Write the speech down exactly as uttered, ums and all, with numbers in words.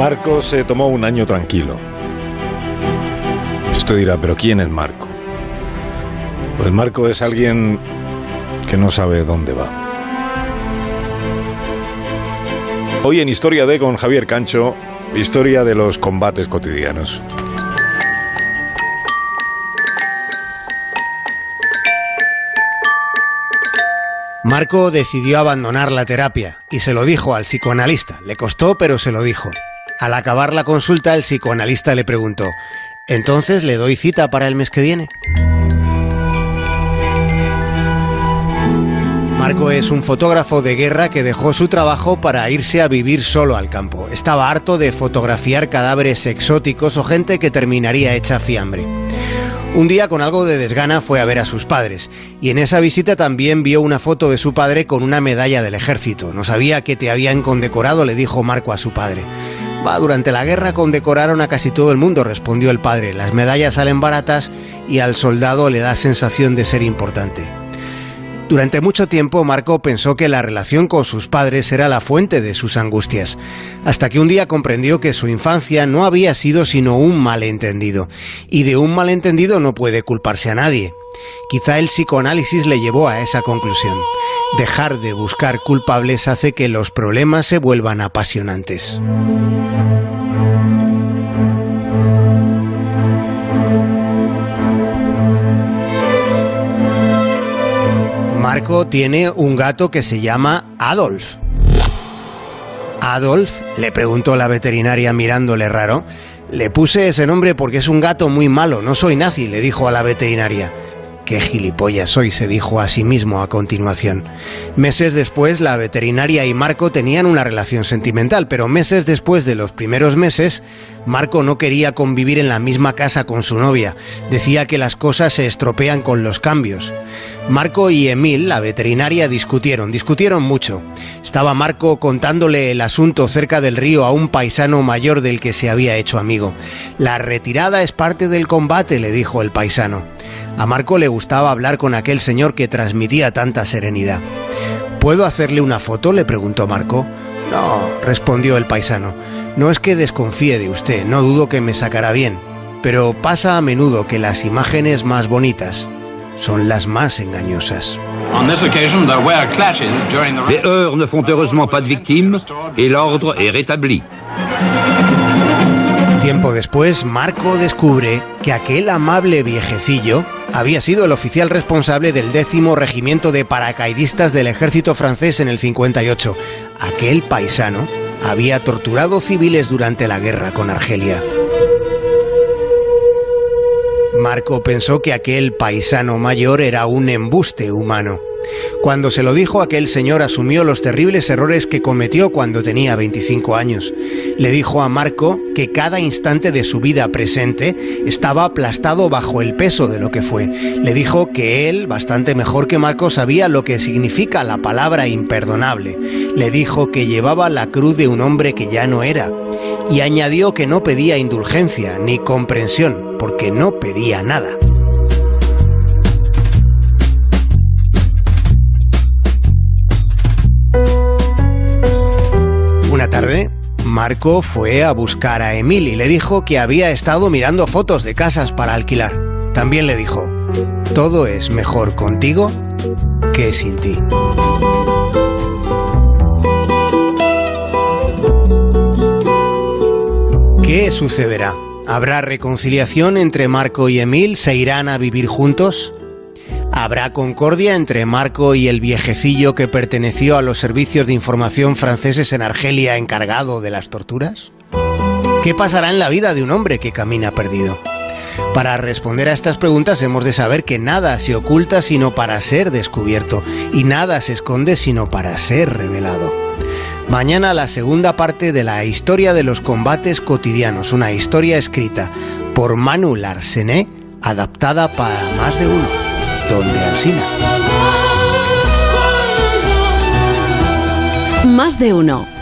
Marco se tomó un año tranquilo. Usted dirá, ¿pero quién es Marco? Pues Marco es alguien que no sabe dónde va. Hoy en Historia de con Javier Cancho, historia de los combates cotidianos. Marco decidió abandonar la terapia y se lo dijo al psicoanalista. Le costó, pero se lo dijo. Al acabar la consulta, el psicoanalista le preguntó: ¿entonces le doy cita para el mes que viene? Marco es un fotógrafo de guerra que dejó su trabajo para irse a vivir solo al campo. Estaba harto de fotografiar cadáveres exóticos o gente que terminaría hecha fiambre. Un día, con algo de desgana, fue a ver a sus padres, y en esa visita también vio una foto de su padre con una medalla del ejército. No sabía que te habían condecorado, le dijo Marco a su padre. Va, durante la guerra condecoraron a casi todo el mundo, respondió el padre. Las medallas salen baratas y al soldado le da sensación de ser importante. Durante mucho tiempo Marco pensó que la relación con sus padres era la fuente de sus angustias, hasta que un día comprendió que su infancia no había sido sino un malentendido, y de un malentendido no puede culparse a nadie. Quizá el psicoanálisis le llevó a esa conclusión. Dejar de buscar culpables hace que los problemas se vuelvan apasionantes. Marco tiene un gato que se llama Adolf. ¿Adolf?, le preguntó la veterinaria mirándole raro. Le puse ese nombre porque es un gato muy malo, no soy nazi, le dijo a la veterinaria. «Qué gilipollas soy», se dijo a sí mismo a continuación. Meses después, la veterinaria y Marco tenían una relación sentimental, pero meses después de los primeros meses, Marco no quería convivir en la misma casa con su novia. Decía que las cosas se estropean con los cambios. Marco y Emil, la veterinaria, discutieron, discutieron mucho. Estaba Marco contándole el asunto cerca del río a un paisano mayor del que se había hecho amigo. «La retirada es parte del combate», le dijo el paisano. A Marco le gustaba hablar con aquel señor que transmitía tanta serenidad. «¿Puedo hacerle una foto?», le preguntó Marco. «No», respondió el paisano. «No es que desconfíe de usted, no dudo que me sacará bien. Pero pasa a menudo que las imágenes más bonitas son las más engañosas». Les heurts ne font heureusement pas de victimes et l'ordre est rétabli. Tiempo después, Marco descubre que aquel amable viejecillo había sido el oficial responsable del décimo regimiento de paracaidistas del ejército francés en el cincuenta y ocho. Aquel paisano había torturado civiles durante la guerra con Argelia. Marco pensó que aquel paisano mayor era un embuste humano. Cuando se lo dijo, aquel señor asumió los terribles errores que cometió cuando tenía veinticinco años. Le dijo a Marco que cada instante de su vida presente estaba aplastado bajo el peso de lo que fue. Le dijo que él, bastante mejor que Marco, sabía lo que significa la palabra imperdonable. Le dijo que llevaba la cruz de un hombre que ya no era. Y añadió que no pedía indulgencia ni comprensión, porque no pedía nada. Una tarde, Marco fue a buscar a Emil y le dijo que había estado mirando fotos de casas para alquilar. También le dijo: «Todo es mejor contigo que sin ti». ¿Qué sucederá? ¿Habrá reconciliación entre Marco y Emil? ¿Se irán a vivir juntos? ¿Habrá concordia entre Marco y el viejecillo que perteneció a los servicios de información franceses en Argelia encargado de las torturas? ¿Qué pasará en la vida de un hombre que camina perdido? Para responder a estas preguntas hemos de saber que nada se oculta sino para ser descubierto, y nada se esconde sino para ser revelado. Mañana la segunda parte de la historia de los combates cotidianos, una historia escrita por Manu Larsené, adaptada para Más de Uno. Donde Alsina. Más de Uno.